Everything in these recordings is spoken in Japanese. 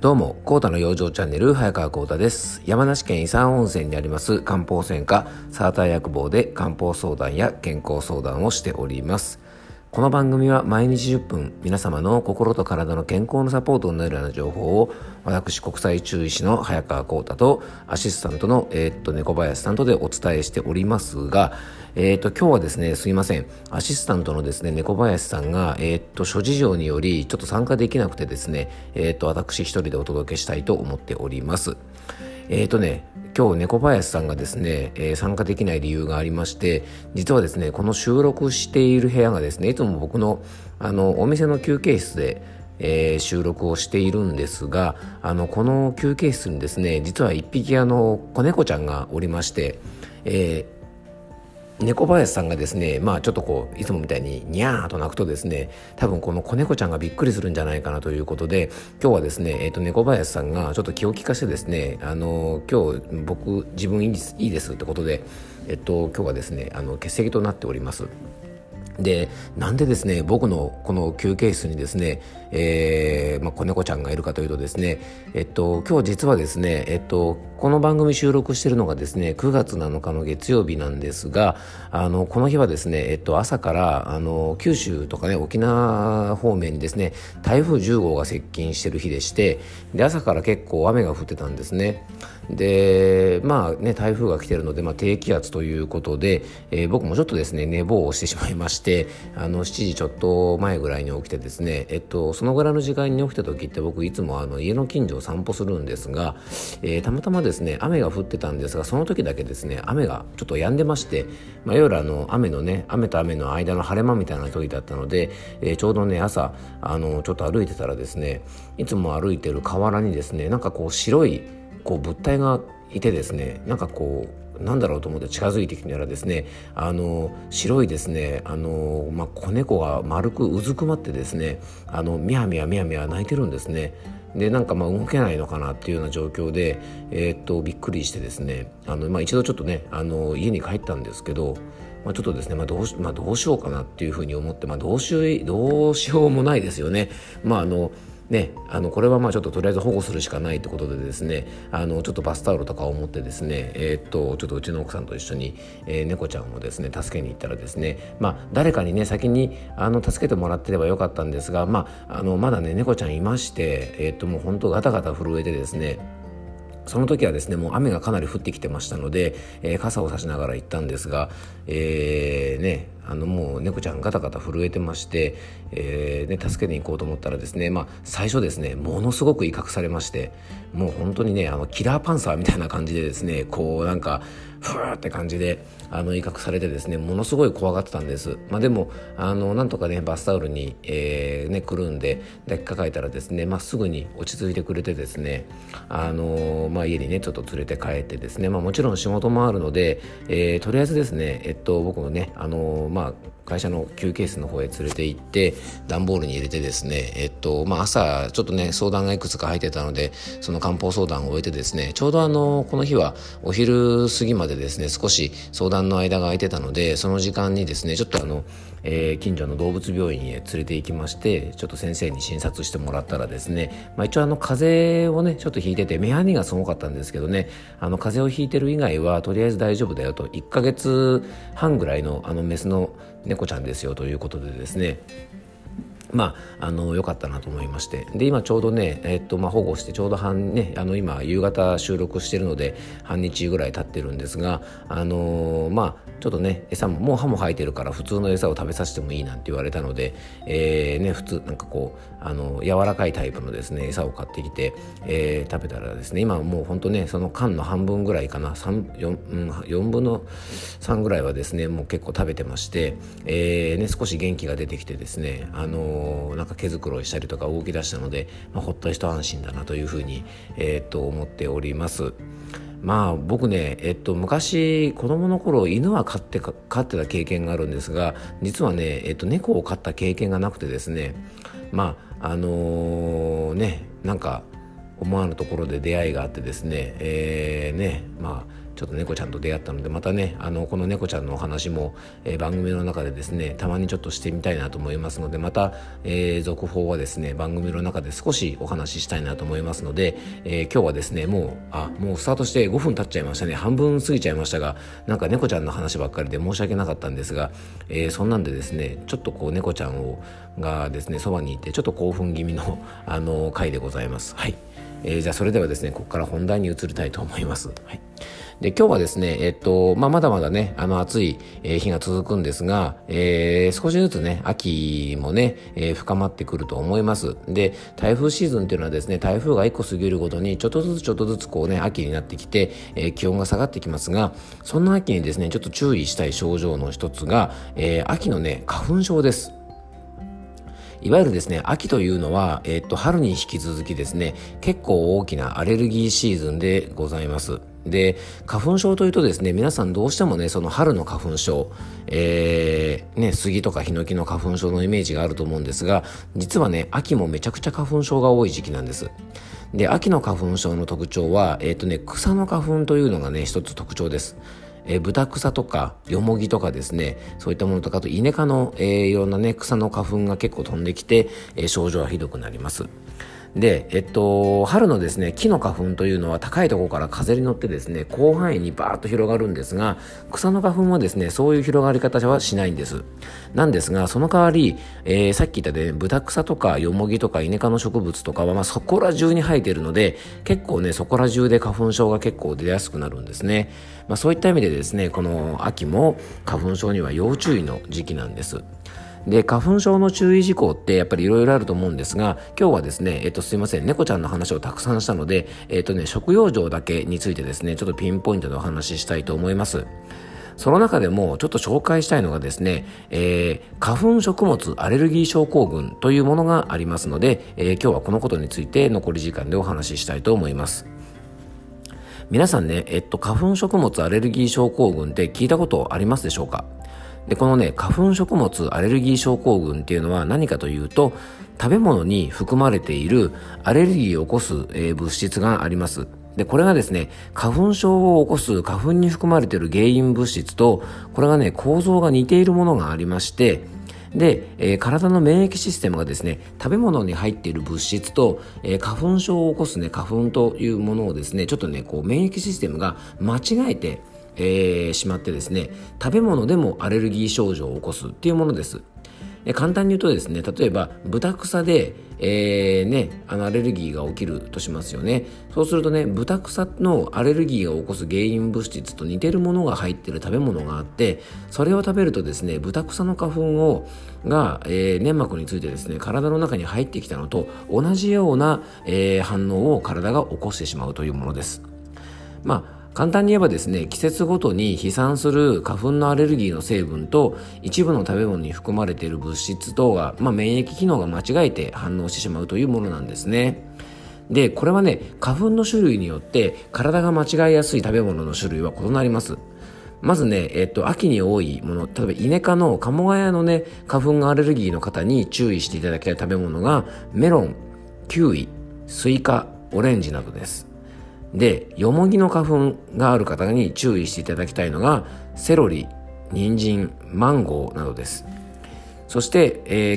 どうも、コータの養生チャンネル、早川コータです。山梨県伊山温泉にあります漢方専科サーター薬房で漢方相談や健康相談をしております。この番組は毎日10分、皆様の心と体の健康のサポートになるような情報を、私、国際中医師の早川コータとアシスタントの、猫林さんとでお伝えしておりますが、今日はですね、すいません。アシスタントのですね、猫林さんが、諸事情によりちょっと参加できなくてですね、私一人でお届けしたいと思っております。今日猫林さんがですね、参加できない理由がありまして、実はですね、この収録している部屋がですね、いつも僕のお店の休憩室で収録をしているんですが、この休憩室にですね、実は一匹子猫ちゃんがおりまして、猫林さんがですね、ちょっといつもみたいにニャーと鳴くとですね、多分この子猫ちゃんがびっくりするんじゃないかなということで、今日はですね、猫林さんがちょっと気を利かしてですね、今日僕自分いいですってことで、今日はですね、欠席となっております。で、なんでですね、僕のこの休憩室にですね、子猫ちゃんがいるかというとですね、今日実はですね、この番組収録しているのがですね、9月7日の月曜日なんですが、この日はですね、朝から九州とかね、沖縄方面にですね、台風10号が接近している日でして、で、朝から結構雨が降ってたんですね。で、台風が来ているので、低気圧ということで、僕もちょっとですね、寝坊をしてしまいまして、7時ちょっと前ぐらいに起きてですね、そのぐらいの時間に起きた時って僕いつも家の近所を散歩するんですが、たまたまですね、雨が降ってたんですが、その時だけですね、雨がちょっと止んでまして、いわゆる雨と雨の間の晴れ間みたいな時だったので、ちょうどね、朝ちょっと歩いてたらですね、いつも歩いてる河原にですね、なんか白い物体がいてですね、なんだろうと思って近づいてきたらですね、白いですね、子猫が丸くうずくまってですね、みやみや泣いてるんですね。で、動けないのかなっていうような状況で、びっくりしてですね、一度ちょっとね、家に帰ったんですけど、ちょっとですね、どうしようかなっていうふうに思って、どうしようもないですよね。これはちょっととりあえず保護するしかないってことでですね、ちょっとバスタオルとかを持ってですね、ちょっとうちの奥さんと一緒に、猫ちゃんをですね助けに行ったらですね、誰かにね先に助けてもらってればよかったんですが、まだね猫ちゃんいまして、もう本当ガタガタ震えてですね、その時はですね、もう雨がかなり降ってきてましたので、傘を差しながら行ったんですが、もう猫ちゃんガタガタ震えてまして、助けに行こうと思ったらですね、最初ですね、ものすごく威嚇されまして、もう本当にね、キラーパンサーみたいな感じでですね、ふーって感じで威嚇されてですね、ものすごい怖がってたんです。でもなんとかねバスタオルに、くるんで抱きかかえたらですね、すぐに落ち着いてくれてですね、家にねちょっと連れて帰ってですね、もちろん仕事もあるので、とりあえずですね、僕もね会社の休憩室の方へ連れて行って段ボールに入れてですね、朝ちょっとね相談がいくつか入ってたので、その漢方相談を終えてですね、ちょうどこの日はお昼過ぎまでですね少し相談の間が空いてたので、その時間にですねちょっと近所の動物病院へ連れて行きまして、ちょっと先生に診察してもらったらですね、一応風邪をねちょっとひいてて、目やにがすごかったんですけどね、風邪をひいてる以外はとりあえず大丈夫だよと、1ヶ月半ぐらいのメスの猫ちゃんですよということでですね、良かったなと思いまして、で今ちょうどね、保護してちょうど今夕方収録してるので半日ぐらい経ってるんですが、ちょっとね餌ももう歯も生えてるから普通の餌を食べさせてもいいなんて言われたので、普通柔らかいタイプのですね餌を買ってきて、食べたらですね、今もう本当ねその缶の半分ぐらいかな、4分の3ぐらいはですねもう結構食べてまして、少し元気が出てきてですね、毛づくろいしたりとか動き出したので、ほっと一安心だなというふうに、思っております。僕ね、昔子供の頃犬は飼ってた経験があるんですが、実はね、猫を飼った経験がなくてですね、思わぬところで出会いがあってですね、 ちょっと猫ちゃんと出会ったので、またねこの猫ちゃんのお話も、番組の中でですねたまにちょっとしてみたいなと思いますので、また、続報はですね番組の中で少しお話ししたいなと思いますので、今日はですねもうスタートして5分経っちゃいましたね。半分過ぎちゃいましたが、なんか猫ちゃんの話ばっかりで申し訳なかったんですが、そんなんでですねちょっとこう猫ちゃんがですねそばにいてちょっと興奮気味の回でございます。はい。じゃあそれではですねここから本題に移りたいと思います。はい。で今日はですねまだまだね暑い日が続くんですが、少しずつね秋もね、深まってくると思います。で台風シーズンっていうのはですね台風が1個過ぎるごとにちょっとずつこうね秋になってきて、気温が下がってきますが、そんな秋にですねちょっと注意したい症状の一つが、秋のね花粉症です。いわゆるですね秋というのは、春に引き続きですね結構大きなアレルギーシーズンでございます。で花粉症というとですね皆さんどうしてもねその春の花粉症、杉とかヒノキの花粉症のイメージがあると思うんですが、実はね秋もめちゃくちゃ花粉症が多い時期なんです。で秋の花粉症の特徴は、草の花粉というのがね一つ特徴です。ブタクサとかヨモギとかですねそういったものとか、あとイネ科の、いろんなね草の花粉が結構飛んできて、症状はひどくなります。で、春のですね木の花粉というのは高いところから風に乗ってですね広範囲にバーッと広がるんですが、草の花粉はですねそういう広がり方はしないんです。なんですがその代わり、さっき言ったねブタクサとかヨモギとかイネ科の植物とかは、そこら中に生えているので結構ねそこら中で花粉症が結構出やすくなるんですね。そういった意味でですねこの秋も花粉症には要注意の時期なんです。で花粉症の注意事項ってやっぱりいろいろあると思うんですが、今日はですねすいません猫ちゃんの話をたくさんしたので食用状だけについてですねちょっとピンポイントでお話ししたいと思います。その中でもちょっと紹介したいのがですね、花粉食物アレルギー症候群というものがありますので、今日はこのことについて残り時間でお話ししたいと思います。皆さんね、花粉食物アレルギー症候群って聞いたことありますでしょうか？でこのね花粉食物アレルギー症候群っていうのは何かというと、食べ物に含まれているアレルギーを起こす、物質があります。でこれがですね花粉症を起こす花粉に含まれている原因物質と、これがね構造が似ているものがありまして、で、体の免疫システムがですね食べ物に入っている物質と、花粉症を起こすね花粉というものをですねちょっとねこう免疫システムが間違えてしまってですね食べ物でもアレルギー症状を起こすっていうものです。簡単に言うとですね例えばブタクサで、アレルギーが起きるとしますよね。そうするとねブタクサのアレルギーが起こす原因物質と似てるものが入っている食べ物があって、それを食べるとですねブタクサの花粉が、粘膜についてですね体の中に入ってきたのと同じような、反応を体が起こしてしまうというものです。簡単に言えばですね季節ごとに飛散する花粉のアレルギーの成分と一部の食べ物に含まれている物質等が、免疫機能が間違えて反応してしまうというものなんですね。でこれはね花粉の種類によって体が間違いやすい食べ物の種類は異なります。まずね、秋に多いもの、例えばイネ科のカモガヤのね花粉がアレルギーの方に注意していただきたい食べ物がメロン、キウイ、スイカ、オレンジなどです。でヨモギの花粉がある方に注意していただきたいのがセロリ、人参、マンゴーなどです。そして、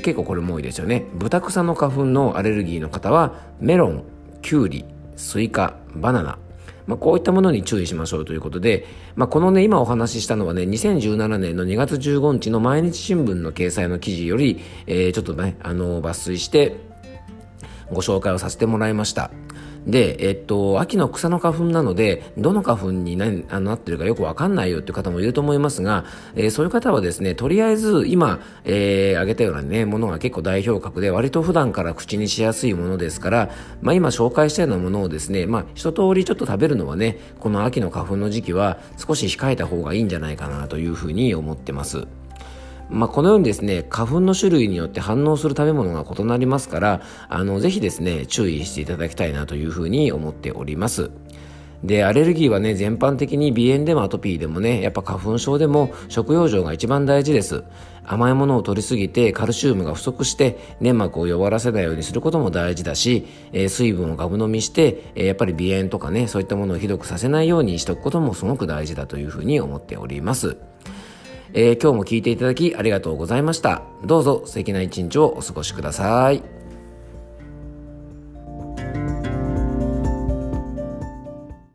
結構これも多いですよね。ブタクサの花粉のアレルギーの方はメロン、キュウリ、スイカ、バナナ、こういったものに注意しましょうということで、このね今お話ししたのはね2017年の2月15日の毎日新聞の掲載の記事より、ちょっとね抜粋してご紹介をさせてもらいました。で、秋の草の花粉なのでどの花粉になってるかよくわかんないよっていう方もいると思いますが、そういう方はですねとりあえず今、挙げたようなねものが結構代表格で割と普段から口にしやすいものですから、今紹介したようなものをですね一通りちょっと食べるのはねこの秋の花粉の時期は少し控えた方がいいんじゃないかなというふうに思ってます。このようにですね花粉の種類によって反応する食べ物が異なりますから、ぜひですね注意していただきたいなというふうに思っております。 で、アレルギーはね、全般的に鼻炎でもアトピーでもね、やっぱ花粉症でも食用状が一番大事です。甘いものを取りすぎてカルシウムが不足して粘膜を弱らせないようにすることも大事だし、水分をガブ飲みして、やっぱり鼻炎とかね、そういったものをひどくさせないようにしておくこともすごく大事だというふうに思っております。今日も聞いていただきありがとうございました。どうぞ素敵な一日をお過ごしください。